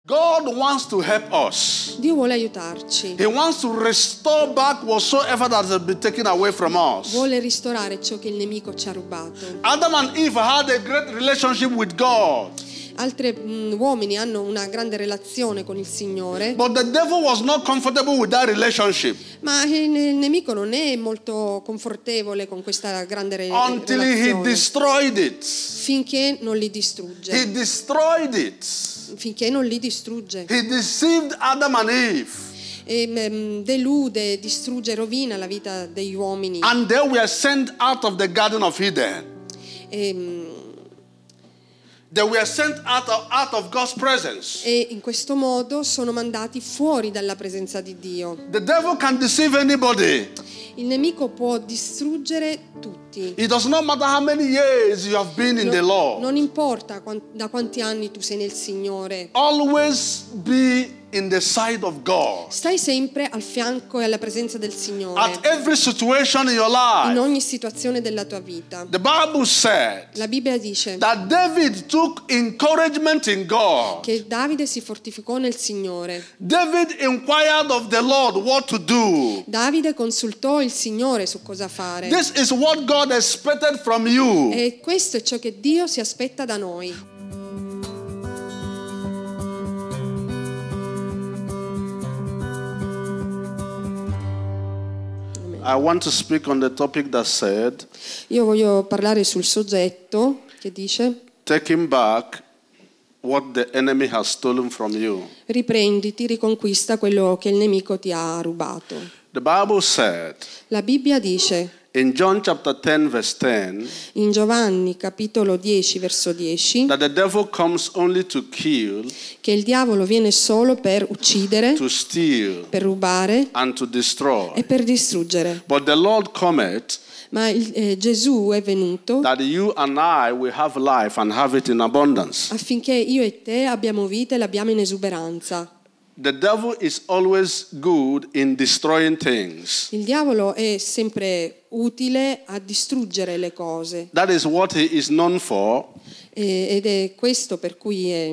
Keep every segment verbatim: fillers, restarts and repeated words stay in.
God wants to help us. Dio vuole aiutarci. He wants to restore back whatsoever that has been taken away from us. Vuole ristorare ciò che il nemico ci ha rubato. Adam and Eve had a great relationship with God. Altri mm, uomini hanno una grande relazione con il Signore. But the devil was not comfortable with that relationship. Ma il nemico non è molto confortevole con questa grande re- Until he relazione. destroyed it. Finché non li distrugge. He destroyed it. Finché non li distrugge. He deceived Adam and Eve. E mm, delude, distrugge, rovina la vita degli uomini. And they were sent out of the Garden of Eden. E, mm, They were sent out of, out of God's presence. e in questo modo sono mandati fuori dalla presenza di Dio. The devil can deceive anybody. Il nemico può distruggere tutti. It does not matter how many years you have been in No- the Lord. non importa quan- da quanti anni tu sei nel Signore. Always be in the side of God. Stai sempre al fianco e alla presenza del Signore At every situation in your in life. ogni situazione della tua vita. The Bible said La Bibbia dice that David took encouragement in God. che Davide si fortificò nel Signore. David inquired of the Lord what to do. Davide consultò il Signore su cosa fare. This is what God expected from you. E questo è ciò che Dio si aspetta da noi. I want to speak on the topic that said, Io voglio parlare sul soggetto che dice: taking back what the enemy has stolen from you. riprenditi, riconquista quello che il nemico ti ha rubato. The Bible said La Bibbia dice in John chapter ten verse ten in Giovanni capitolo dieci verso dieci that the devil comes only to kill, che il diavolo viene solo per uccidere, to steal, per rubare and to destroy. e per distruggere. But the Lord cometh Ma il- eh, Gesù è venuto that you and I will have life and have it in abundance. affinché io e te abbiamo vita e l'abbiamo in esuberanza. The devil is always good in destroying things. Il diavolo è sempre utile a distruggere le cose That is what he is known for. e- ed è questo per cui è,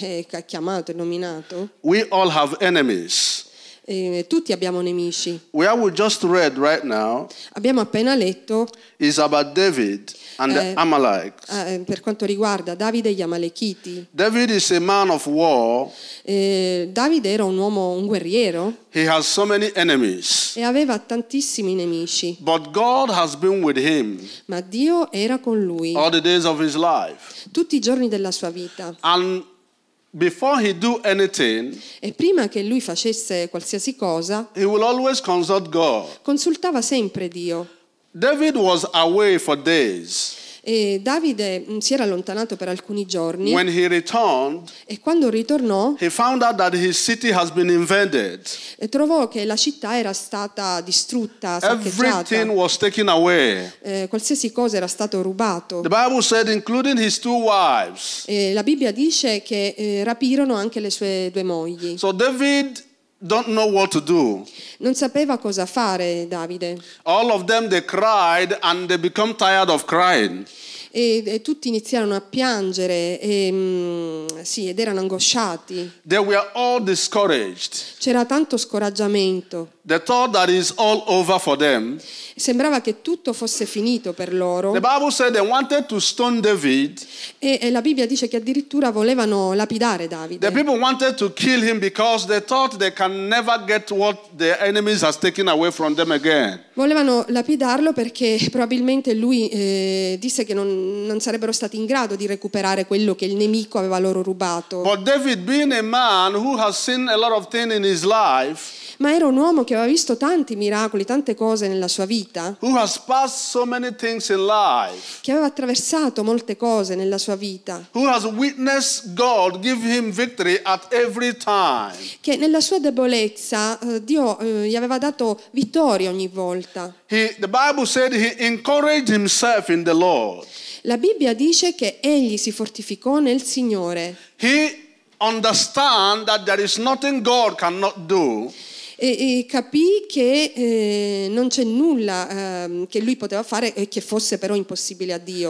è chiamato e nominato. We all have enemies. E tutti abbiamo nemici. Where we just read right now Abbiamo appena letto is about David and the Eh, Amalekites. eh, per quanto riguarda Davide e gli Amalechiti. David is a man of war. Eh, Davide era un uomo, un guerriero He has so many enemies. e aveva tantissimi nemici, But God has been with him ma Dio era con lui all the days of his life. tutti i giorni della sua vita. And before he do anything, E prima che lui facesse qualsiasi cosa, he will always consult God. consultava sempre Dio. David was away for days. E Davide mh, si era allontanato per alcuni giorni When he returned, e quando ritornò he found out that his city has been invaded. eh, trovò che la città era stata distrutta, saccheggiata, Everything was taken away. eh, qualsiasi cosa era stato rubato. The Bible said, including his two wives. E la Bibbia dice che eh, rapirono anche le sue due mogli. So David don't know what to do. Non sapeva cosa fare Davide All of them, they cried and they become tired of crying. e, e tutti iniziarono a piangere e, mm, sì, ed erano angosciati. They were all discouraged. C'era tanto scoraggiamento. They thought that it's all over for them. Sembrava che tutto fosse finito per loro. The Bible said they wanted to stone David. E, e la Bibbia dice che addirittura volevano lapidare The Davide. people wanted to kill him because they thought they can never get what the enemies has taken away from them again. Volevano lapidarlo perché probabilmente lui eh, disse che non, non sarebbero stati in grado di recuperare quello che il nemico aveva loro rubato. But David, being a man who has seen a lot of things in his life, Ma era un uomo che aveva visto tanti miracoli, tante cose nella sua vita, who has passed so many things in life, che aveva attraversato molte cose nella sua vita, who has witnessed God give him victory at every time. che nella sua debolezza eh, Dio eh, gli aveva dato vittoria ogni volta. He, the Bible said he encouraged himself in the Lord. La Bibbia dice che egli si fortificò nel Signore He understand that there is nothing God cannot do. e, e capì che eh, non c'è nulla eh, che lui poteva fare e che fosse però impossibile a Dio.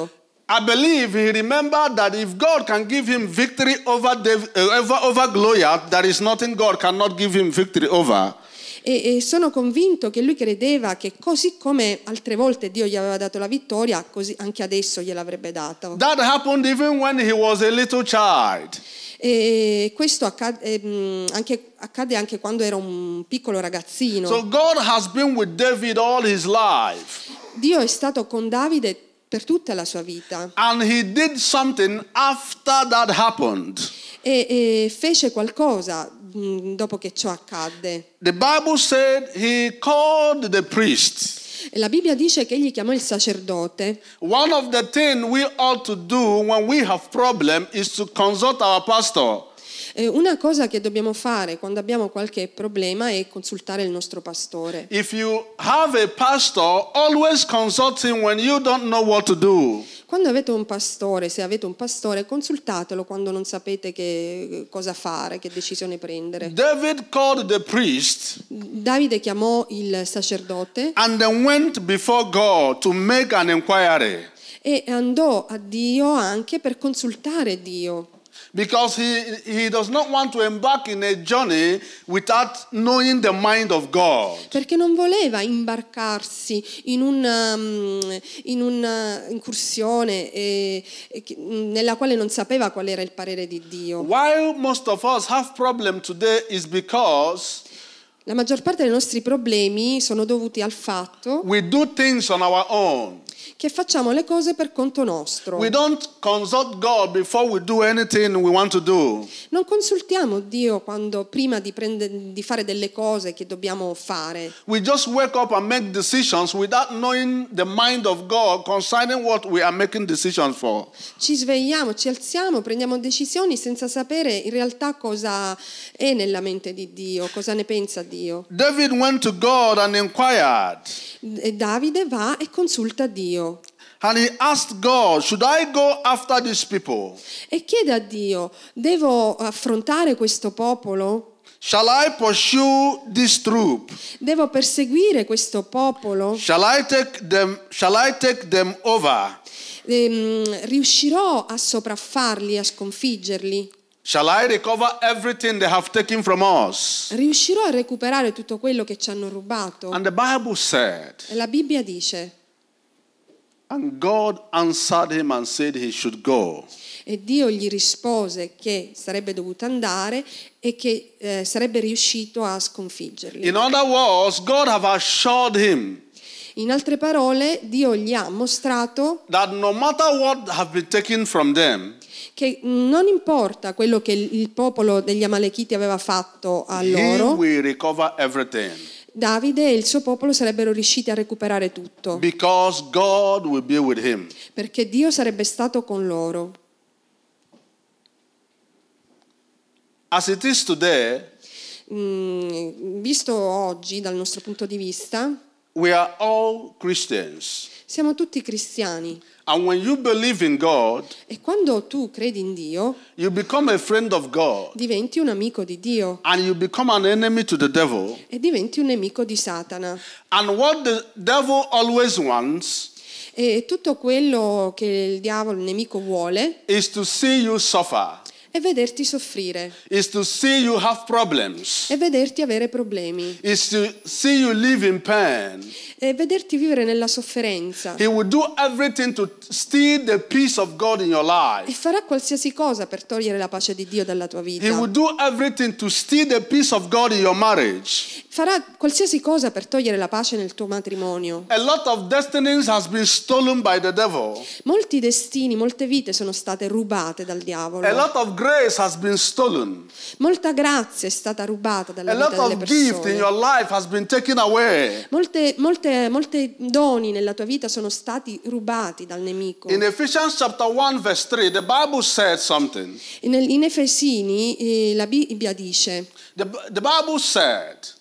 I believe he remembered that if God can give him victory over, David, uh, over, over Goliath, there is nothing God cannot give him victory over. E, e sono convinto che lui credeva che così come altre volte Dio gli aveva dato la vittoria, così anche adesso gliel'avrebbe data. That happened even when he was a little child. E questo accade, eh, anche, accade anche quando era un piccolo ragazzino. So God has been with David all his life. Dio è stato con Davide per tutta la sua vita. And he did something after that happened. E, e fece qualcosa mh, dopo che ciò accadde. The Bible said he called the priest. E la Bibbia dice che egli chiamò il sacerdote. One of the things we ought to do when we have problem is to consult our pastor. E una cosa che dobbiamo fare quando abbiamo qualche problema è consultare il nostro pastore. If you have a pastor, always consult him when you don't know what to do. Quando avete un pastore, se avete un pastore, consultatelo quando non sapete che cosa fare, che decisione prendere. David called the priest Davide chiamò il sacerdote and then went before God to make an inquiry. e andò a Dio anche per consultare Dio. Because he, he does not want to embark in a journey without knowing the mind of God. Perché non voleva imbarcarsi in una, in una incursione eh, nella quale non sapeva qual era il parere di Dio. Why most of us have problem today is because La maggior parte dei nostri problemi sono dovuti al fatto we do things on our own. che facciamo le cose per conto nostro. We don't consult God before we do anything we want to do. Non consultiamo Dio quando prima di, prende, di fare delle cose che dobbiamo fare. We just wake up and make decisions without knowing the mind of God concerning what we are making decisions for. Ci svegliamo, ci alziamo, prendiamo decisioni senza sapere in realtà cosa è nella mente di Dio, cosa ne pensa Dio. David went to God and inquired. E Davide va e consulta Dio. And he asked God, should I go after these people? E chiede a Dio, devo affrontare questo popolo? Shall I pursue this troop? Devo perseguire questo popolo? Shall I take them, shall I take them over? Ehm, riuscirò a sopraffarli, a sconfiggerli? Shall I recover everything they have taken from us? Riuscirò a recuperare tutto quello che ci hanno rubato? And the Bible said, E la Bibbia dice, and God answered him and said he should go. e Dio gli rispose che sarebbe dovuto andare e che eh, sarebbe riuscito a sconfiggerli. In other words, God have assured him In altre parole, Dio gli ha mostrato that no matter what have been taken from them, che non importa quello che il popolo degli Amalechiti aveva fatto a he loro, will recover everything. Davide e il suo popolo sarebbero riusciti a recuperare tutto, Because God will be with him. perché Dio sarebbe stato con loro. As it is today, Mm, visto oggi dal nostro punto di vista, we are all Christians. siamo tutti cristiani And when you believe in God, e quando tu credi in Dio you become a friend of God. diventi un amico di Dio And you become an enemy to the devil. e diventi un nemico di Satana. And what the devil always wants E tutto quello che il diavolo, il nemico, vuole is to see you suffer, è vederti soffrire, is to see you have problems, è vederti avere problemi, is to see you live in pain. è vederti vivere nella sofferenza. He will do everything to steal the peace of God in your E life. farà qualsiasi cosa per togliere la pace di Dio dalla tua He vita. will do everything to steal the peace of God in your marriage. Farà qualsiasi cosa per togliere la pace nel tuo matrimonio. A lot of destinies has been stolen by the devil. Molti destini, molte vite sono state rubate dal diavolo. A lot of grace has been stolen. Molta grazia è stata rubata dalla A lot vita delle of gift in persone. your life has been taken away. Molte, molte, molte doni nella tua vita sono stati rubati dal nemico. In Ephesians chapter one verse three, the Bible said something. E nel- in Efesini eh, la Bibbia dice, The, the Bible said,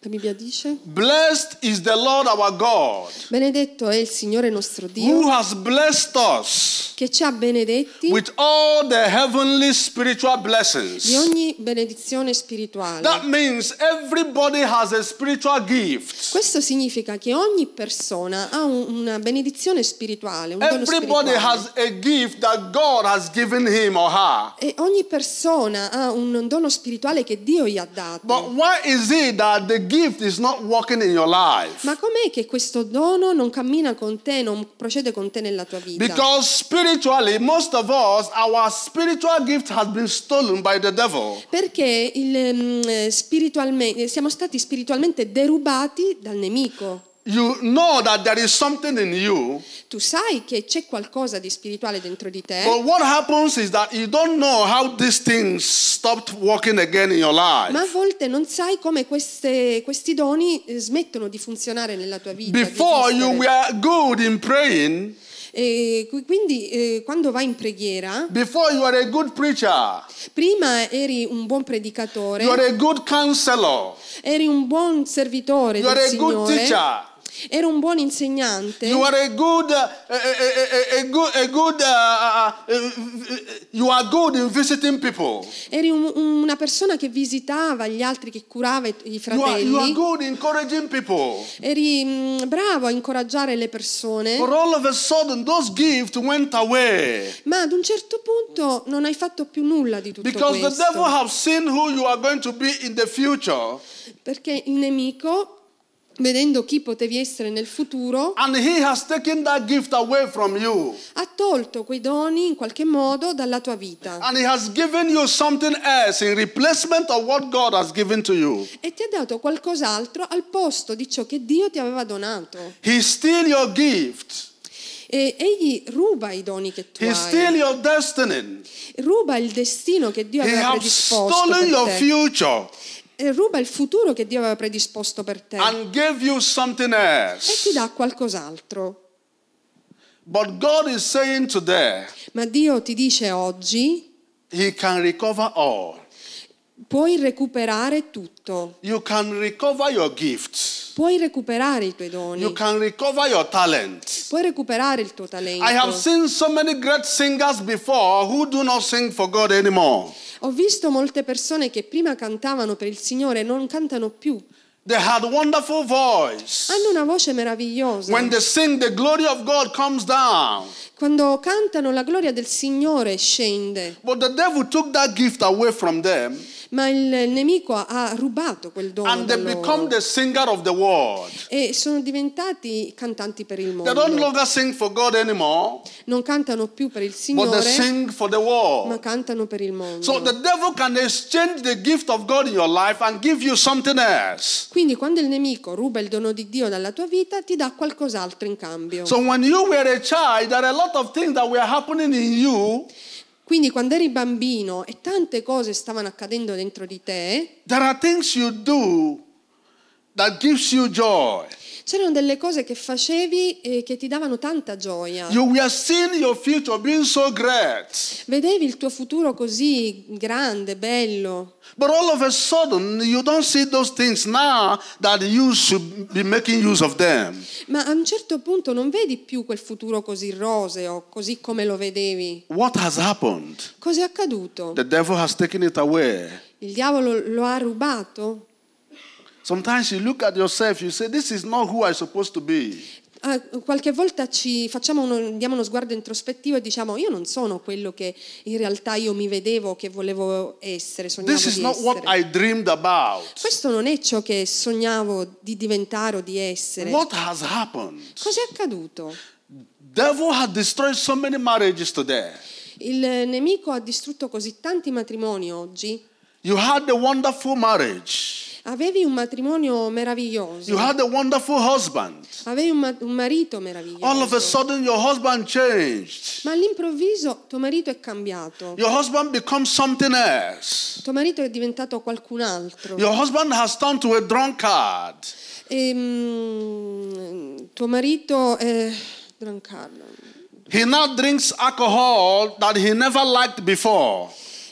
La Bibbia dice: Blessed is the Lord our God, benedetto è il Signore nostro who Dio, has blessed us che ci ha benedetti with all the heavenly spiritual di blessings. ogni benedizione spirituale. That means everybody has a spiritual gift. Questo significa che ogni persona ha un- una benedizione spirituale, un dono Everybody spirituale. has a gift that God has given him or her. E ogni persona ha un dono spirituale che Dio gli ha dato. But why is it that the gift is not working in your life? Ma com'è che questo dono non cammina con te, non procede con te nella tua vita? Because spiritually, most of us, our spiritual gift has been stolen by the devil. Perché il, mm, spiritualmente, siamo stati spiritualmente derubati dal nemico. You know that there is something in you, Tu sai che c'è qualcosa di spirituale dentro di te, but what happens is that you don't know how these things stopped working again in your life. ma a volte non sai come queste- questi doni eh, smettono di funzionare nella tua vita. di Before you esistere. were good in praying, E qui- quindi eh, quando vai in preghiera, before you were a good preacher, prima eri un buon predicatore, you were a good counselor, eri un buon servitore you del are a good Signore, teacher. eri un buon insegnante, You are a good, uh, a, a, a, a good, a good. Uh, uh, uh, you are good in visiting people. eri un- una persona che visitava gli altri, che curava i, i You are, you are fratelli, good in encouraging people. eri mm, bravo a incoraggiare le persone, But all of a sudden, those gifts went away ma ad un certo punto non hai fatto più nulla di tutto because the devil questo, have seen who you are going to be in the future, perché il nemico, vedendo chi potevi essere nel futuro, and he has taken that gift away from you, ha tolto quei doni in qualche modo dalla tua vita and he has given you something else in replacement of what God has given to you. e ti ha dato qualcos'altro al posto di ciò che Dio ti aveva donato. He steal your gift. E egli ruba i doni che tu He steal hai, your destiny. ruba il destino che Dio He aveva has predisposto stolen per your te, future e ruba il futuro che Dio aveva predisposto per te and gave you something e ti else. dà qualcos'altro. But God is saying today, Ma Dio ti dice oggi: He can recover all. puoi recuperare tutto, You can recover your gifts. puoi recuperare i tuoi doni, You can recover your talent. puoi recuperare il tuo talento. I have seen so many great singers before who do not sing for God anymore. Ho visto molte persone che prima cantavano per il Signore e non cantano più. They had wonderful voice. Hanno una voce meravigliosa. When they sing, the glory of God comes down. Quando cantano, la gloria del Signore scende. But the devil took that gift away from them, Ma il nemico ha rubato quel dono and da they loro. become the singer of the world. E sono diventati cantanti per il They don't mondo. longer sing for God anymore, Non cantano più per il but they Signore, sing for the ma world. cantano per il mondo. So the devil can exchange the gift of God in your life and give you something else. Quindi quando il nemico ruba il dono di Dio dalla tua vita, ti dà qualcos'altro in cambio. So when you were a child, there are a lot of things that were happening in you. Quindi quando eri bambino e tante cose stavano accadendo dentro di te, There are things you do that gives you joy. c'erano delle cose che facevi e che ti davano tanta gioia. You were seeing your future being so great. Vedevi il tuo futuro così grande, bello, But all of a sudden, you don't see those things now that you should be making use of them. ma a un certo punto non vedi più quel futuro così roseo, così come lo vedevi. What has happened? Cos'è accaduto? The devil has taken it away. Il diavolo lo ha rubato? Sometimes you look at yourself, you say, this is not who I'm supposed to be. Ah, qualche volta ci facciamo uno, diamo uno sguardo introspettivo e diciamo: io non sono quello che in realtà io mi vedevo, che volevo essere, sognavo This is di not what essere. I dreamed about. Questo non è ciò che sognavo di diventare o di essere. What has happened? Cos'è accaduto? Devil has destroyed so many marriages today. Il nemico ha distrutto così tanti matrimoni oggi. You had a wonderful marriage. Avevi un matrimonio meraviglioso. You had a wonderful husband. Avevi un, ma- un marito meraviglioso. All of a sudden, your husband changed. Ma all'improvviso tuo marito è cambiato. Your husband becomes something else. Tuo marito è diventato qualcun altro. Your husband has turned to a drunkard. E, mm, tuo marito è drunkard. He now drinks alcohol that he never liked before.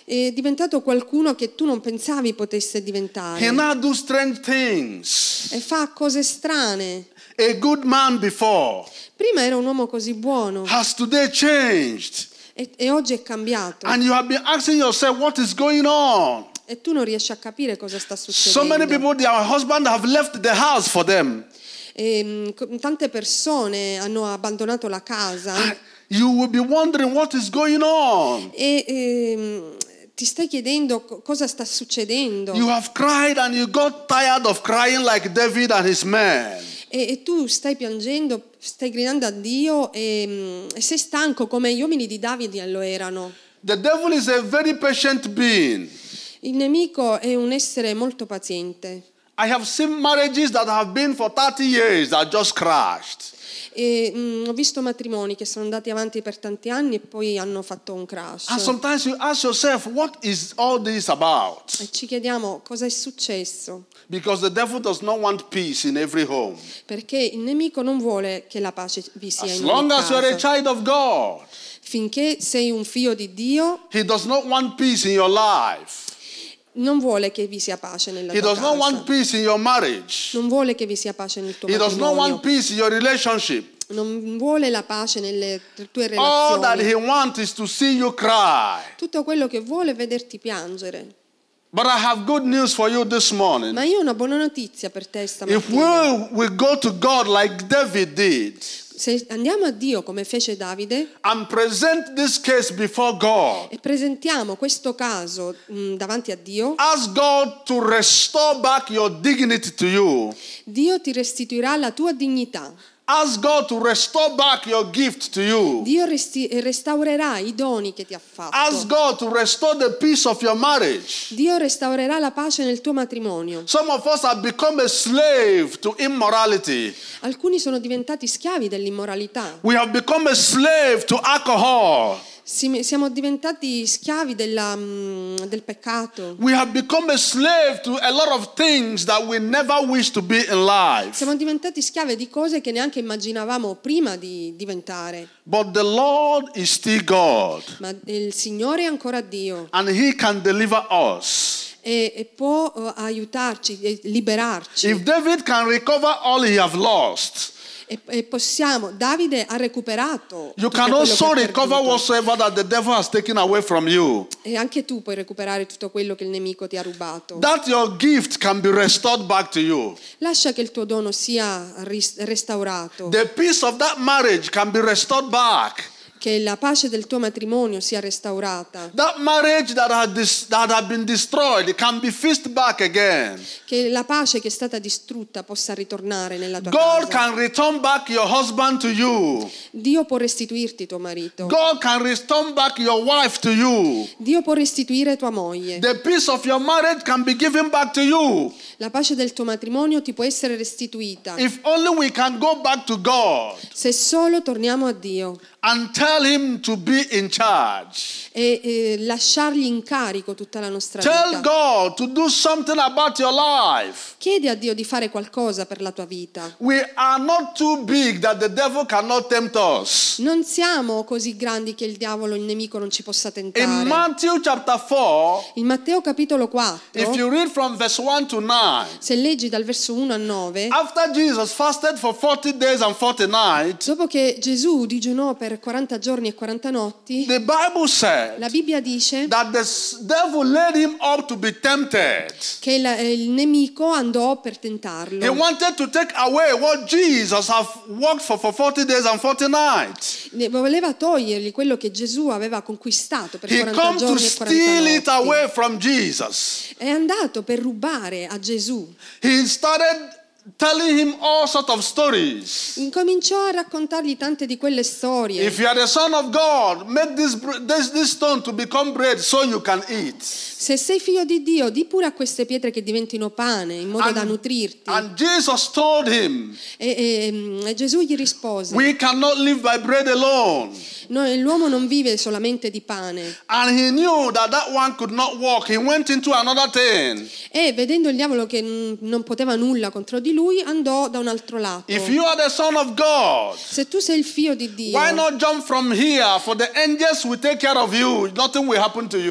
è diventato qualcuno che tu non pensavi potesse He diventare. now do strange things. E fa cose strane. A good man before Prima era un uomo così buono has today changed. e, e oggi è cambiato. And you have been asking yourself what is going on. E tu non riesci a capire cosa sta So many succedendo. people, their husband have left the house for them. E, mh, co- tante persone hanno abbandonato la casa You will be wondering what is going on. e ehm, ti stai chiedendo co- cosa sta succedendo. You have cried and you got tired of crying like David and his men. E, e tu stai piangendo, stai gridando a Dio e, mh, e sei stanco come gli uomini di Davide lo erano. The devil is a very patient being. Il nemico è un essere molto paziente. I have seen marriages that have been for thirty years that just crashed. E, mh, ho visto matrimoni che sono andati avanti per tanti anni e poi hanno fatto un crash. And sometimes you ask yourself, what is all this about? E ci chiediamo cosa è successo. Because the devil does not want peace in every home. Perché il nemico non vuole che la pace vi sia As in long ogni as you are a casa. child of God, Finché sei un figlio di Dio, he does not want peace in your life. non vuole che vi sia pace nella He tua does not want casa. peace in your marriage. Non vuole che vi sia pace nel tuo He does not matrimonio. want peace in your relationship. Non vuole la pace nelle tue All that he relazioni. wants is to see you cry. Tutto quello che vuole è vederti piangere. But I have good news for you this morning. Ma io ho una buona notizia per te If stamattina. we will go to God like David did Se andiamo a Dio come fece Davide and present this case before God, e presentiamo questo caso mh, davanti a Dio, ask God to restore back your dignity to you. Dio ti restituirà la tua dignità. Ask God to restore back your gift to you. Dio resti- restaurerà i doni che ti ha Ask fatto. God to restore the peace of your marriage. Dio restaurerà la pace nel tuo matrimonio. Some of us have become a slave to immorality. Alcuni sono diventati schiavi dell'immoralità. We have become a slave to alcohol. Si- Siamo diventati schiavi della, mm, del peccato. We have become a slave to a lot of things that we never wish to be in life. Siamo diventati schiavi di cose che neanche immaginavamo prima di diventare. But the Lord is still God, Ma il Signore è ancora Dio and He can deliver us. e, e può eh, aiutarci, e liberarci. If David can recover all he have lost, E, e possiamo, Davide ha recuperato you tutto can quello also che ha recover perduto. whatsoever that the devil has taken away from you. E anche tu puoi recuperare tutto quello che il nemico ti ha rubato. That your gift can be restored back to you. Lascia che il tuo dono sia ris- restaurato, The peace of that marriage can be restored back. che la pace del tuo matrimonio sia restaurata, That marriage that had, dis- that had been destroyed can be fixed back again. che la pace che è stata distrutta possa ritornare nella tua God casa. can return back your husband to you. Dio può restituirti tuo marito. God can return back your wife to you. Dio può restituire tua moglie. The peace of your marriage can be given back to you. La pace del tuo matrimonio ti può essere restituita. If only we can go back to God Se solo torniamo a Dio and tell Him to be in charge. e eh, lasciargli in carico tutta la nostra Tell vita. God to do something about your life. Chiedi a Dio di fare qualcosa per la tua vita. We are not too big that the devil cannot tempt us. Non siamo così grandi che il diavolo, il nemico, non ci possa In tentare. Matthew chapter four, In Matteo capitolo if quattro, you read from verse one to nine, se leggi dal verso uno a nove, after Jesus fasted for forty days and forty nights, dopo che Gesù digiunò per quaranta giorni e quaranta notti, the Bible said la Bibbia dice that the s- devil led him up to be tempted. che il, il nemico andò per He tentarlo. wanted to take away what Jesus have worked for for forty days and forty nights. Ne- Voleva togliergli quello che Gesù aveva conquistato per He quaranta come to giorni e steal it quaranta notti. away from Jesus. È andato per rubare a Gesù. He started telling him all sort of stories. Incominciò a raccontargli tante di quelle storie. If you are the son of God, make this, br- this, this stone to become bread so you can eat. Se sei figlio di Dio, di pure a queste pietre che diventino pane, in modo da nutrirti. and Jesus told him, E, e- e Gesù gli rispose: we cannot live by bread alone. no, l'uomo non vive solamente di pane. And he knew that that one could not walk. He went into another thing. E vedendo il diavolo che mm, non poteva nulla contro di lui, andò da un altro lato. If you are the son of God, Se tu sei il figlio di Dio, why not jump from here? For the angels will take care of you. Nothing will happen to you.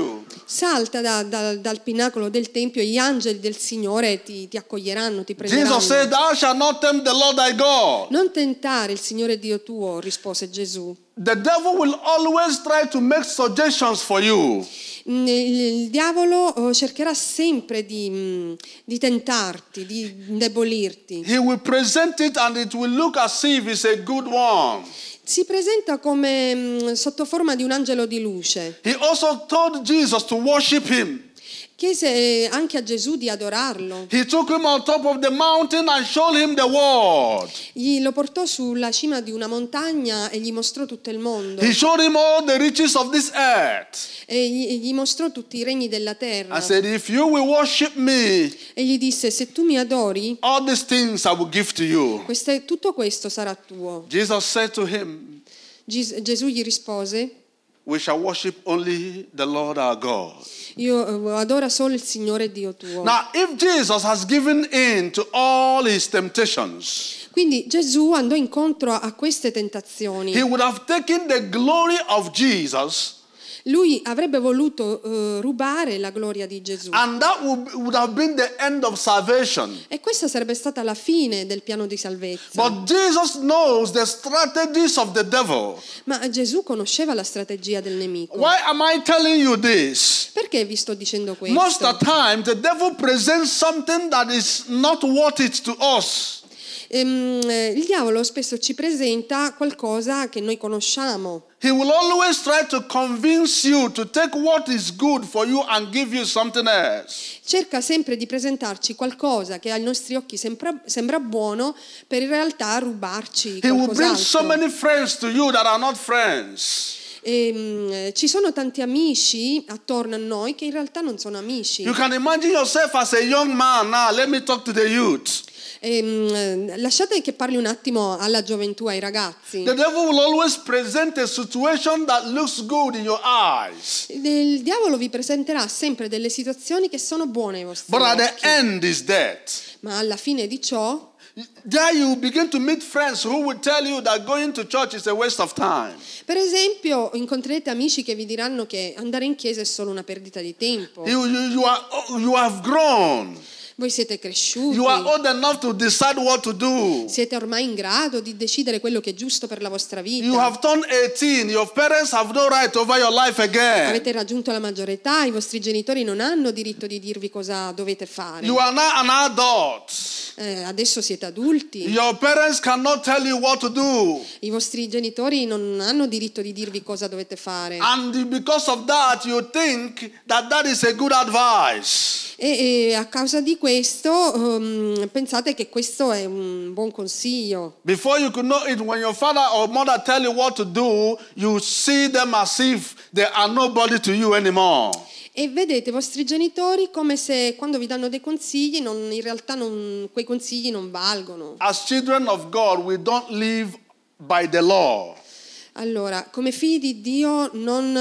salta da- da- dal pinnacolo del Tempio e gli angeli del Signore ti, ti accoglieranno, ti prenderanno. Jesus said, thou shalt not tempt the Lord thy God. Non tentare il Signore Dio tuo, rispose Gesù. The devil will always try to make suggestions for you. Mm, Il, il diavolo oh, cercherà sempre di, mm, di tentarti, di indebolirti. He will present it and it will look as if it's a good one. Si presenta come mm, sotto forma di un angelo di luce. He also told Jesus to worship him. Chiese anche a Gesù di adorarlo. He took him on top of the mountain and showed him the world. Gli lo portò sulla cima di una montagna e gli mostrò tutto il mondo. He showed him all the riches of this earth. E gli, gli mostrò tutti i regni della terra. And said, if you will worship me, E gli disse: se tu mi adori, all these things I will give to you. queste- tutto questo sarà tuo. Jesus said to him, Ges- Gesù gli rispose: we shall worship only the Lord our God. io eh, adora solo il Signore Dio tuo. Now, if Jesus has given in to all his temptations, Quindi Gesù andò incontro a queste tentazioni. he would have taken the glory of Jesus, Lui avrebbe voluto eh, rubare la gloria di Gesù. and that would, would have been the end of salvation. E questa sarebbe stata la fine del piano di salvezza. But Jesus knows the strategies of the devil. Ma Gesù conosceva la strategia del nemico. Why am I telling you this? Perché vi sto dicendo questo? Most of the time, the devil presents something that is not worth it to us. Ehm, eh, il diavolo spesso ci presenta qualcosa che noi conosciamo. He will always try to convince you to take what is good for you and give you something else. Cerca sempre di presentarci qualcosa che ai nostri occhi sembra, sembra buono, per in realtà rubarci He will bring so qualcos'altro. many friends to you that are not friends. Ehm, eh, ci sono tanti amici attorno a noi che in realtà non sono amici. You can imagine yourself as a young man now. Let me talk to the youth. Ehm, eh, lasciate che parli un attimo alla gioventù, ai ragazzi. The devil will always present a situation that looks good in your eyes, Il diavolo vi presenterà sempre delle situazioni che sono buone ai vostri but at the occhi, end is death. ma alla fine di ciò There you begin to meet friends who will tell you that going to church is a waste of time. Per esempio, incontrerete amici che vi diranno che andare in chiesa è solo una perdita di tempo. You, you, you, are, you have grown. Voi siete cresciuti, You are old enough to decide what to do. siete ormai in grado di decidere quello che è giusto per la vostra vita. You have turned eighteen. Your parents have no right over your life again. Avete raggiunto la maggiore età, i vostri genitori non hanno diritto di dirvi cosa dovete fare. You are now an adult. Eh, adesso siete adulti, Your parents cannot tell you what to do. i vostri genitori non hanno diritto di dirvi cosa dovete fare. And because of that, you think that that is a good advice. E, e a causa di questo um, pensate che questo è un buon consiglio. Before you could know it, when your father or mother tell you what to do, you see them as if they are nobody to you anymore. E vedete i vostri genitori come se quando vi danno dei consigli non, in realtà non, quei consigli non valgono. As children of God, we don't live by the law. Allora, come figli di Dio non,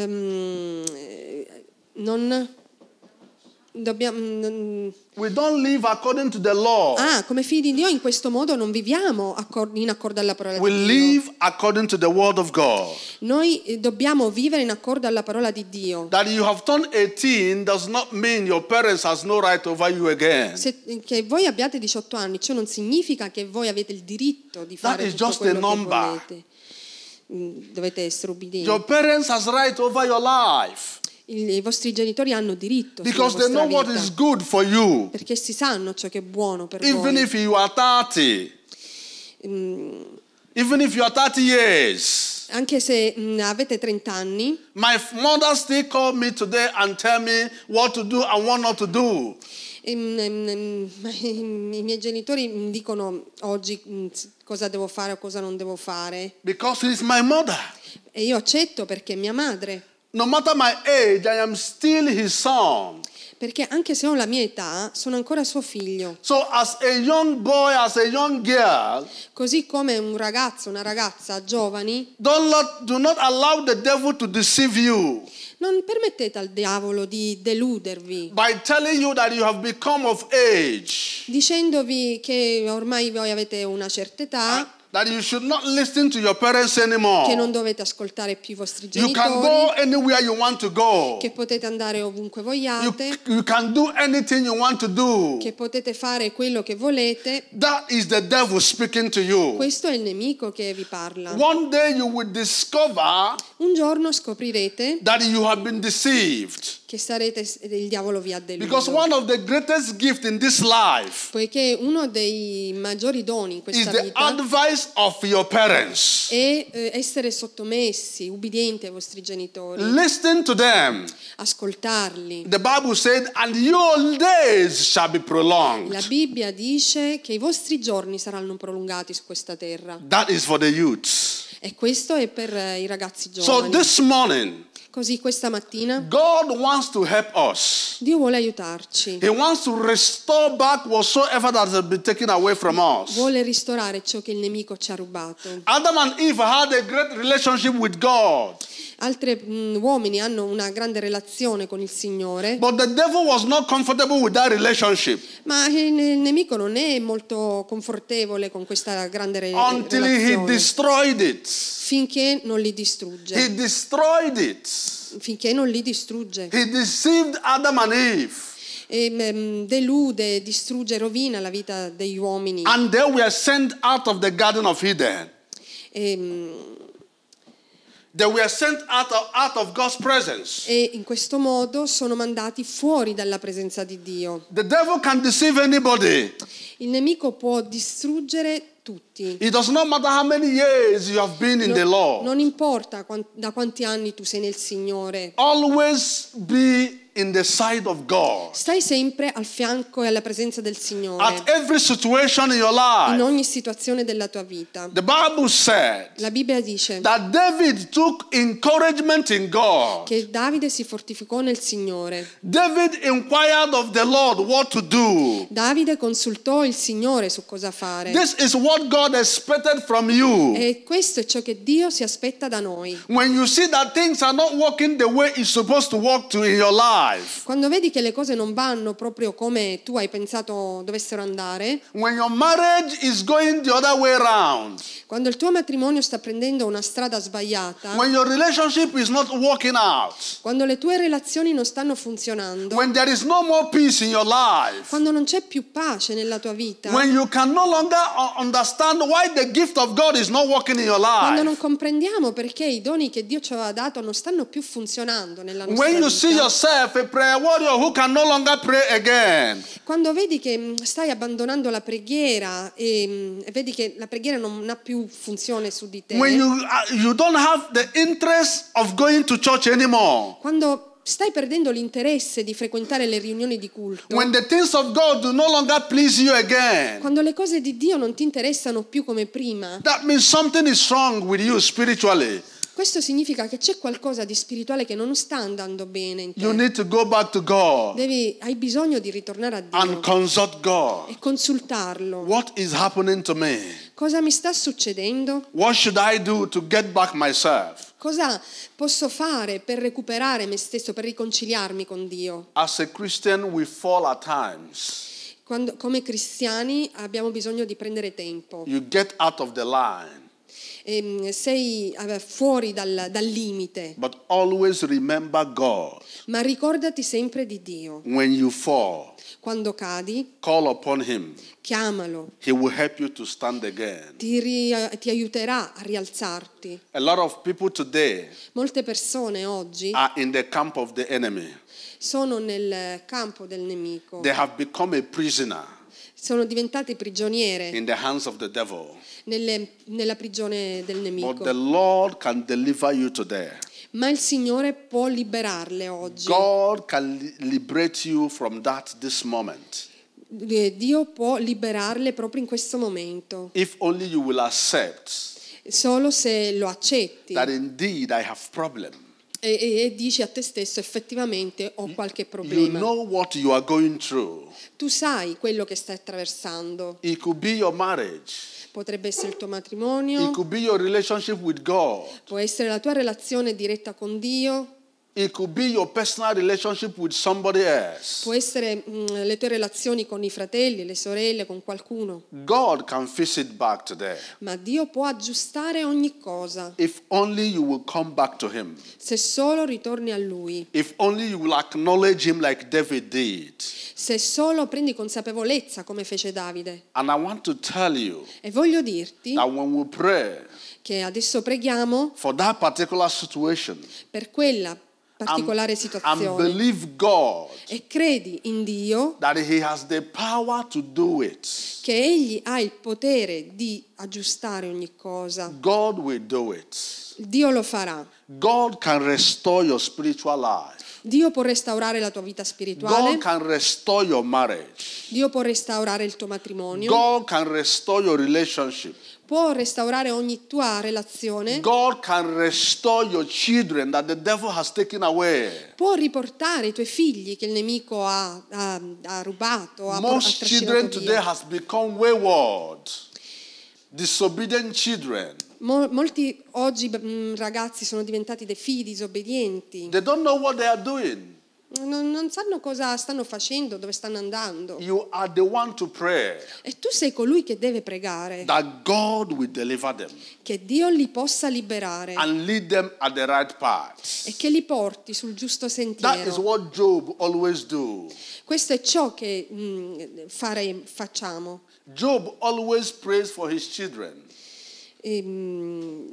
ehm, non dobbiamo non, We don't live according to the law. ah, come figli di Dio in questo modo non viviamo accor- in accordo alla parola We di Dio. live according to the word of God. Noi eh, dobbiamo vivere in accordo alla parola di Dio. That you have turned eighteen does not mean your parents has no right over you again. Se, che voi abbiate diciotto anni, ciò non significa che voi avete il diritto di That fare is tutto just a quello che number. volete. Mm, Dovete essere obbedienti. Your parents has right over your life Il- I vostri genitori hanno diritto sulla because they vostra know what vita, is good for you. perché si sanno ciò che è buono per Even voi. if you are thirty, Mm, even if you are thirty years. Anche se mm, avete trenta anni, My f- mother still called me today and tell me what to do and what not to do. ehm, ehm, ma i miei genitori mi dicono oggi mm, cosa devo fare o cosa non devo fare. Because it's my mother. E io accetto perché è mia madre. No matter my age, I am still his son. Perché anche se ho la mia età, sono ancora suo figlio. So as a young boy, as a young girl, Così come un ragazzo, una ragazza giovani, don't let, do not allow the devil to deceive you non permettete al diavolo di deludervi, by telling you that you have become of age. dicendovi che ormai voi avete una certa età, that you should not listen to your parents che anymore. non dovete ascoltare più i vostri You can go genitori, anywhere you want to go. che potete andare ovunque You, vogliate, you can do anything you want to do. che potete fare quello che volete. That is the devil speaking to you. Questo è il nemico che vi parla. One day you will discover Un giorno scoprirete that you have been deceived. che sarete, il diavolo vi ha Because deluso. one of the greatest gifts in this life Poiché uno dei maggiori doni in is questa the vita advice of your parents. è eh, essere sottomessi, ubbidienti ai vostri genitori, Listen to them. ascoltarli. The Bible said, and your days shall be La prolonged. Bibbia dice che i vostri giorni saranno prolungati su questa terra. That is for the youths. E questo è per eh, i ragazzi So giovani. this morning, Così questa mattina God wants to help us. Dio vuole aiutarci, He wants to restore back whatsoever that has been taken away from us. vuole ristorare ciò che il nemico ci ha rubato. Adam and Eve had a great relationship with God, Altri mm, uomini hanno una grande relazione con il Signore, but the devil was not comfortable with that relationship ma il il nemico non è molto confortevole con questa grande re- until he relazione destroyed it. finché non li distrugge. He destroyed it. Finché non li distrugge. He deceived Adam and Eve, E, mm, delude, distrugge, rovina la vita degli uomini. and they were sent out of the Garden of Eden. E, mm, They were sent out of, out of God's presence. e in questo modo sono mandati fuori dalla presenza di Dio. The devil can deceive anybody. Il nemico può distruggere tutti. It does not matter how many years you have been in the Non, Lord. non importa quan- da quanti anni tu sei nel Signore. Always be in the side of God. Stai sempre al fianco e alla presenza del Signore At every situation in your in life. ogni situazione della tua vita. The Bible said La Bibbia dice that David took encouragement in God. che Davide si fortificò nel Signore. David inquired of the Lord what to do. Davide consultò il Signore su cosa fare. This is what God expected from you. E questo è ciò che Dio si aspetta da noi. When you see that things are not working the way it's supposed to work to in your life. Quando vedi che le cose non vanno proprio come tu hai pensato dovessero andare, When your marriage is going the other way around. quando il tuo matrimonio sta prendendo una strada sbagliata, When your relationship is not working out. quando le tue relazioni non stanno funzionando, When there is no more peace in your life. quando non c'è più pace nella tua vita, When you can no longer uh, understand why the gift of God is not working in your quando non life. comprendiamo perché i doni che Dio ci aveva dato non stanno più funzionando nella nostra When you vita, see yourself a prayer warrior who can no longer pray again. quando vedi che mh, stai abbandonando la preghiera e, mh, e vedi che la preghiera non ha più funzione su di te, When you, uh, you don't have the interest of going to church anymore. quando stai perdendo l'interesse di frequentare le riunioni di culto, When the things of God do no longer please you again. quando le cose di Dio non ti interessano più come prima, That means something is wrong with you spiritually. questo significa che c'è qualcosa di spirituale che non sta andando bene in You te. need to go back to God Devi, hai bisogno di ritornare a Dio and consult God. e consultarlo. What is happening to me? Cosa mi sta succedendo? What should I do to get back myself? Cosa posso fare per recuperare me stesso, per riconciliarmi con Dio? As a Christian, we fall at times. Quando, come cristiani abbiamo bisogno di prendere tempo. You get out of the line, Ehm, sei eh, fuori dal, dal limite, but always remember God. ma ricordati sempre di Dio. When you fall, Quando cadi, call upon Him. chiamalo, He will help you to stand again. ti, ri- ti aiuterà a rialzarti. A lot of people today Molte persone oggi are in the camp of the enemy. sono nel campo del nemico, They have become a prisoner sono diventate prigioniere in the hands of the devil. nelle- nella prigione del But nemico. the Lord can deliver you today. Ma il Signore può liberarle oggi. God can li- liberate you from that this moment. Eh, Dio può liberarle proprio in questo momento, If only you will accept solo se lo accetti that indeed I have problem. e, e- e dici a te stesso effettivamente ho qualche You problema. know what you are going through. Tu sai quello che stai attraversando. It could be your marriage. Potrebbe essere il tuo It matrimonio, could be your relationship with God. può essere la tua relazione diretta con Dio, It could be your personal relationship with somebody else. Può essere mh, le tue relazioni con i fratelli, le sorelle, con qualcuno. God can fix it back today. Ma Dio può aggiustare ogni cosa. If only you will come back to him. Se solo ritorni a Lui. If only you will acknowledge him like David did. Se solo prendi consapevolezza come fece Davide. And I want to tell you E voglio dirti that when we pray che adesso preghiamo for that particular situation per quella particolare and, and situazione believe God e credi in Dio that he has the power to do it, che Egli ha il potere di aggiustare ogni cosa. God will do it. Dio lo farà. God can restore your spiritual life. Dio può restaurare la tua vita spirituale. God can restore your marriage. Dio può restaurare il tuo matrimonio. God can restore your relationship. Può restaurare ogni tua relazione. God can restore your children that the devil has taken away. Può riportare i tuoi figli che il nemico ha, ha, ha rubato, ha, ha Most children trascinato today via. has become wayward, disobedient children. Mol- molti oggi mh, ragazzi sono diventati dei figli disobbedienti. They don't know what they are doing. Non, non sanno cosa stanno facendo, dove stanno andando. You are the one to pray E tu sei colui che deve pregare, that God will deliver them che Dio li possa liberare and lead them at the right path. e che li porti sul giusto That is sentiero. what Job always do. Questo è ciò che mh, fare, facciamo. Job always prays for his children. E, mh,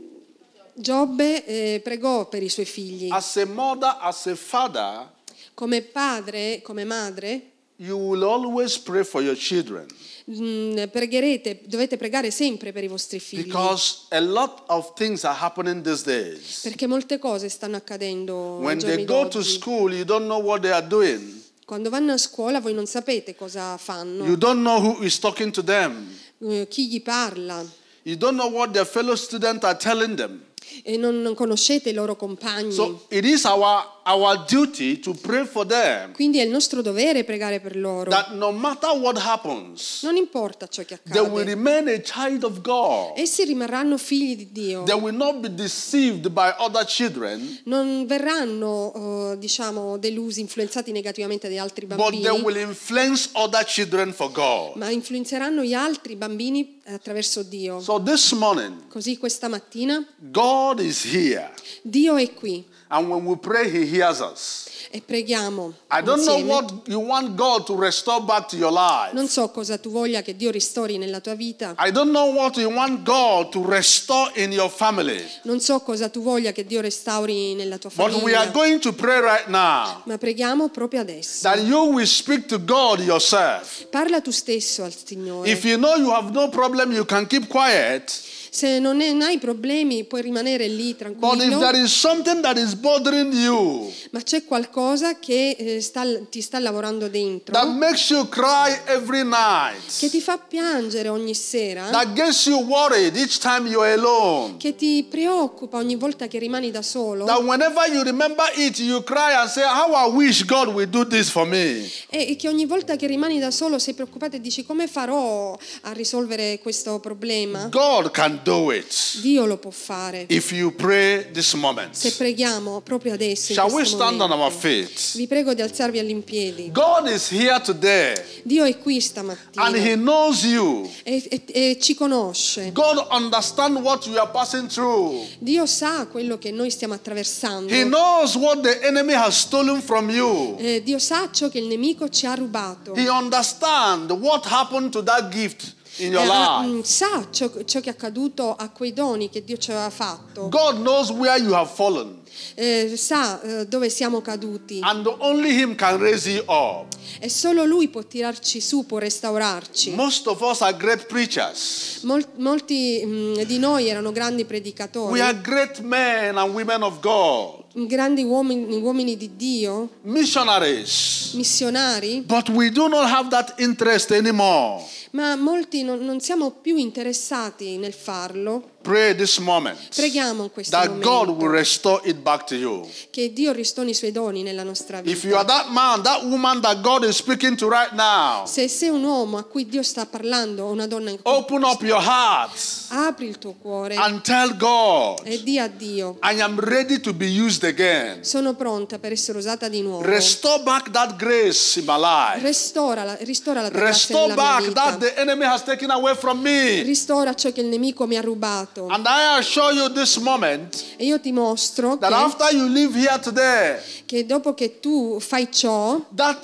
Giobbe eh, pregò per i suoi figli. As a mother, as a father, Come padre, come madre, you will always pray for your children mh, pregherete, dovete pregare sempre per i vostri figli. because a lot of things are happening these days. Perché molte cose stanno accadendo ai When giorni they go to d'oggi. school, you don't know what they are doing. Quando vanno a scuola voi non sapete cosa fanno, You don't know who is talking to them. eh, chi gli parla, You don't know what their fellow students are telling them. e non, non conoscete i loro compagni. So it is our, our duty to pray for them Quindi è il nostro dovere pregare per loro. that no matter what happens, Non importa ciò che they will accade. remain a child of God. Essi rimarranno figli di Dio. They will not be deceived by other children, Non verranno, eh, diciamo, delusi, influenzati negativamente da altri but they bambini, will influence other children for God. ma influenzeranno gli altri bambini attraverso Dio. So this morning, Così questa mattina God is here. Dio è qui And when we pray, he hears us. e preghiamo I don't know insieme. what you want God to restore back to your life. Non so cosa tu voglia che Dio ristori nella tua vita. I don't know what you want God to restore in your family. Non so cosa tu voglia che Dio restauri nella tua But we are famiglia. going to pray right now Ma preghiamo proprio adesso. that you will speak to God yourself. Parla tu stesso al Signore. If you know you have no problem, you can keep quiet. Se non ne- non hai problemi puoi rimanere lì But if tranquillo. there is something that is bothering you, Ma c'è qualcosa che eh, sta- ti sta lavorando dentro, that makes you cry every che night, ti fa piangere ogni sera, that gets you worried each time you're alone, che ti preoccupa ogni volta che rimani da solo, that whenever you remember it, you cry and say, how I wish God would do this for me. e e che ogni volta che rimani da solo sei preoccupato e dici come farò a risolvere questo problema. God can do it Dio lo può fare if you pray this se moment. preghiamo proprio adesso in Shall we questo stand on momento. our feet? Vi prego di alzarvi all'impiedi. God is here today Dio è qui and stamattina He knows you. e, e- e ci conosce. God understands what you are passing through. Dio sa quello che noi stiamo attraversando. He knows what the enemy has stolen from you. Eh, Dio sa ciò che il nemico ci ha rubato. He understands what happened to that gift in your Eh, ah, life. mm, sa ciò, ciò che è accaduto a quei doni che Dio ci aveva fatto. God knows where you have fallen, Eh, sa eh, dove siamo caduti. and only Him can raise you up. E solo Lui può tirarci su, può restaurarci. Most of us are great preachers. Mol- molti mm, di noi erano grandi predicatori, We are great men and women of God, grandi uomini, uomini di Dio, missionaries. missionari, But we do not have that interest anymore. ma molti non, non siamo più interessati nel farlo Pray this moment Preghiamo in questo that God momento will restore it back to you. che Dio ristori i suoi doni nella nostra If you are vita. that man, that woman that God is speaking to right now, Se sei un uomo a cui Dio sta parlando, o una donna in cui open up your heart apri il tuo cuore and tell God, e di a Dio: I am ready to be used again. sono pronta per essere usata di nuovo. Restore back that grace in my life. Ristora la, ristora la tua grazia Restore nella mia back vita. that the enemy has taken away from me. Ristora ciò che il nemico mi ha rubato. And I assure you this moment E io ti mostro that che, after you leave here today, che dopo che tu fai ciò, that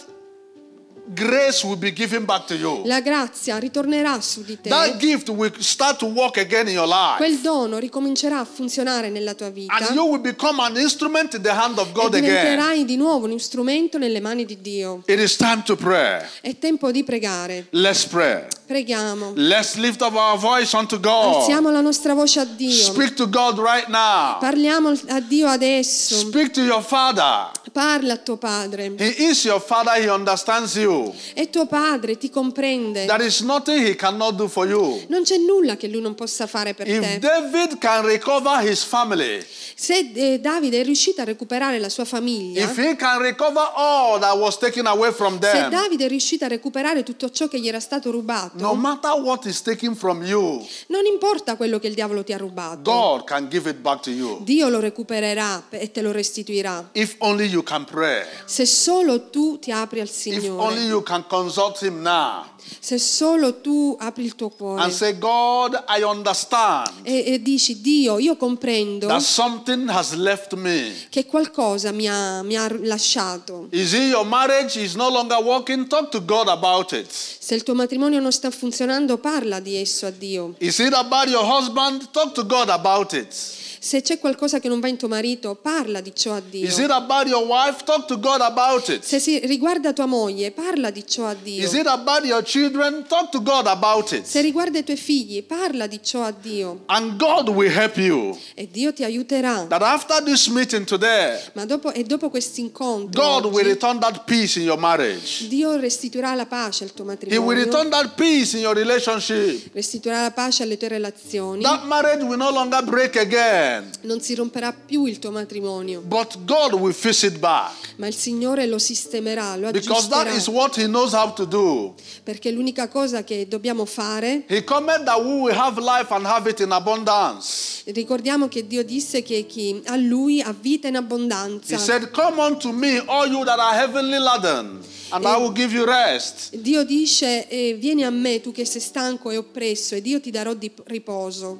grace will be given back to you. la grazia ritornerà su di te. That gift will start to work again in your life. Quel dono ricomincerà a funzionare nella tua vita. And you will become an instrument in the hand of E God again. diventerai di nuovo un strumento nelle mani di Dio. It is time to pray. È tempo di pregare. Let's pray. Preghiamo. Let's lift up our voice unto God. Alziamo la nostra voce a Dio. Speak to God right now. Parliamo a Dio adesso. Speak to your Father. Parla a tuo padre. He is your Father. He understands you. È tuo padre, ti comprende. There is nothing He cannot do for you. Non c'è nulla che lui non possa fare per If te. David can recover his family, Se eh, Davide è riuscito a recuperare la sua famiglia, if he can recover all that was taken away from se them, Davide è riuscito a recuperare tutto ciò che gli era stato rubato, no matter what is taken from you, non importa quello che il diavolo ti ha rubato, God can give it back to you. Dio lo recupererà e te lo restituirà. If only you can pray. Se solo tu ti apri al If Signore, only you can consult Him now se solo tu apri il tuo cuore and say, God, I understand e, e dici: Dio, io comprendo that something has left me. che qualcosa mi ha, mi ha lasciato. Is it your marriage is no longer working? Talk to God about it. Se il tuo matrimonio non sta funzionando, parla di esso a Dio. Is it about your husband? Talk to God about it. Se c'è qualcosa che non va in tuo marito, parla di ciò a Dio. Is it about your wife? Talk to God about it. Se si riguarda tua moglie, parla di ciò a Dio. Is it about your children? Talk to God about it. Se riguarda i tuoi figli, parla di ciò a Dio. And God will help you. E Dio ti aiuterà. That after this meeting today, Ma dopo, e dopo questo incontro, God will oggi, return that peace in your marriage. Dio restituirà la pace al tuo He will matrimonio, return that peace in your relationship. restituirà la pace alle tue relazioni. That marriage will no longer break again. Non si romperà più il tuo matrimonio, But God will fix it back. ma il Signore lo sistemerà, lo Because that aggiusterà. is what He knows how to do. Perché l'unica cosa che dobbiamo fare, He commented that we will have life and have it in abundance. ricordiamo che Dio disse che chi ha Lui ha vita in He abbondanza. said, come unto me, all you that are heavenly laden, and I will give you rest. Dio dice: eh, vieni a me tu che sei stanco e oppresso, ed io ti darò di riposo.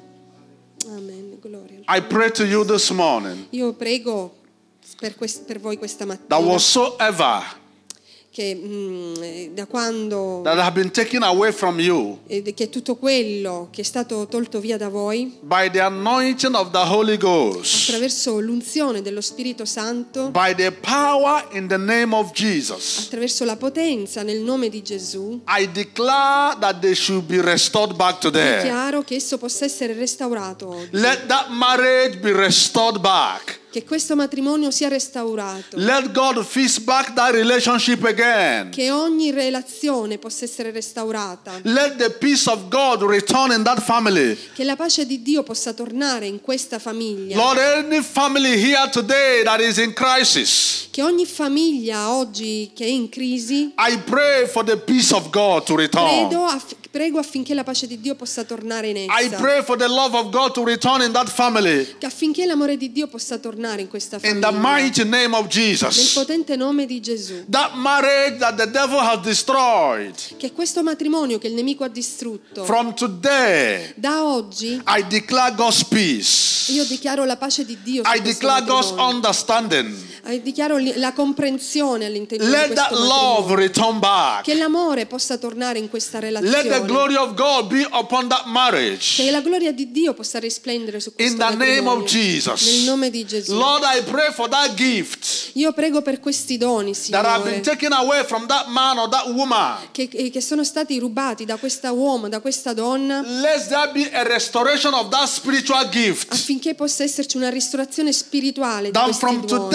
Amen, gloria. I pray to you this morning Io prego per, quest- per voi questa that mattina whatsoever che mm, eh, da quando that have been taken away from you eh, che tutto quello che è stato tolto via da voi by the anointing of the Holy Ghost, attraverso l'unzione dello Spirito Santo, by the power in the name of Jesus, attraverso la potenza nel nome di Gesù, I declare that they should be restored back to them. dichiaro che esso possa essere restaurato oggi, Let that marriage be restored back. che questo matrimonio sia restaurato, Let God fix back that relationship again. che ogni relazione possa essere restaurata, Let the peace of God return in that family. che la pace di Dio possa tornare in questa famiglia, Lord, any family here today that is in crisis, che ogni famiglia oggi che è in crisi, I pray for the peace of God to return. Prego, aff- prego affinché la pace di Dio possa tornare in I essa, pray for the love of God to return in that family. che affinché l'amore di Dio possa tornare in questa In the famiglia, mighty name of nel Jesus. potente nome di Gesù, That marriage that the devil has destroyed, che questo matrimonio che il nemico ha distrutto, from today, da oggi I declare God's peace. io dichiaro la pace di Dio su I questo declare God's matrimonio. understanding. Eh, dichiaro li- la comprensione all'interno Let di that questo love matrimonio, return back. che l'amore possa tornare in questa Let the relazione, glory of God be upon that marriage. che la gloria di Dio possa risplendere su questo In the name matrimonio, of Jesus. nel nome di Gesù. Lord, I pray for that gift Io prego per questi doni, that have been Signore, taken away from that man or that woman. che, che sono stati rubati da questa uomo, da questa donna, Let there be a restoration of that spiritual gift. affinché possa esserci una ristorazione spirituale di That questi from doni, today it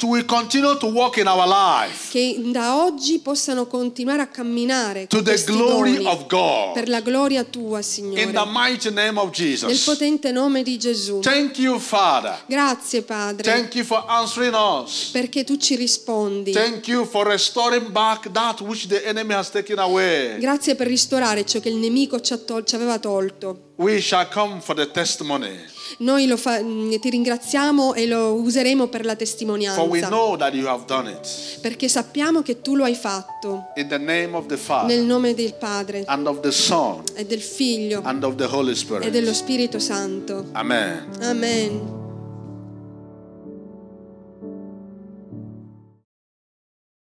it will continue to work in our life che da oggi possano continuare a camminare to con the questi glory doni of God. per la gloria tua, In the Signore, mighty name of nel Jesus. potente nome di Gesù. Thank you, Father. Grazie, Padre, Thank you for answering us. perché tu ci rispondi. Thank you for restoring back that which the enemy has taken away. Grazie per ristorare ciò che il nemico ci, ha tol- ci aveva tolto. We shall come for the testimony. Noi lo fa- ti ringraziamo e lo useremo per la For we testimonianza, know that you have done it. perché sappiamo che tu lo hai fatto. In the name of the Nel Father, nome del Padre and of the Son, e del Figlio and of the Holy e dello Spirit. Spirito Santo. Amen. Amen.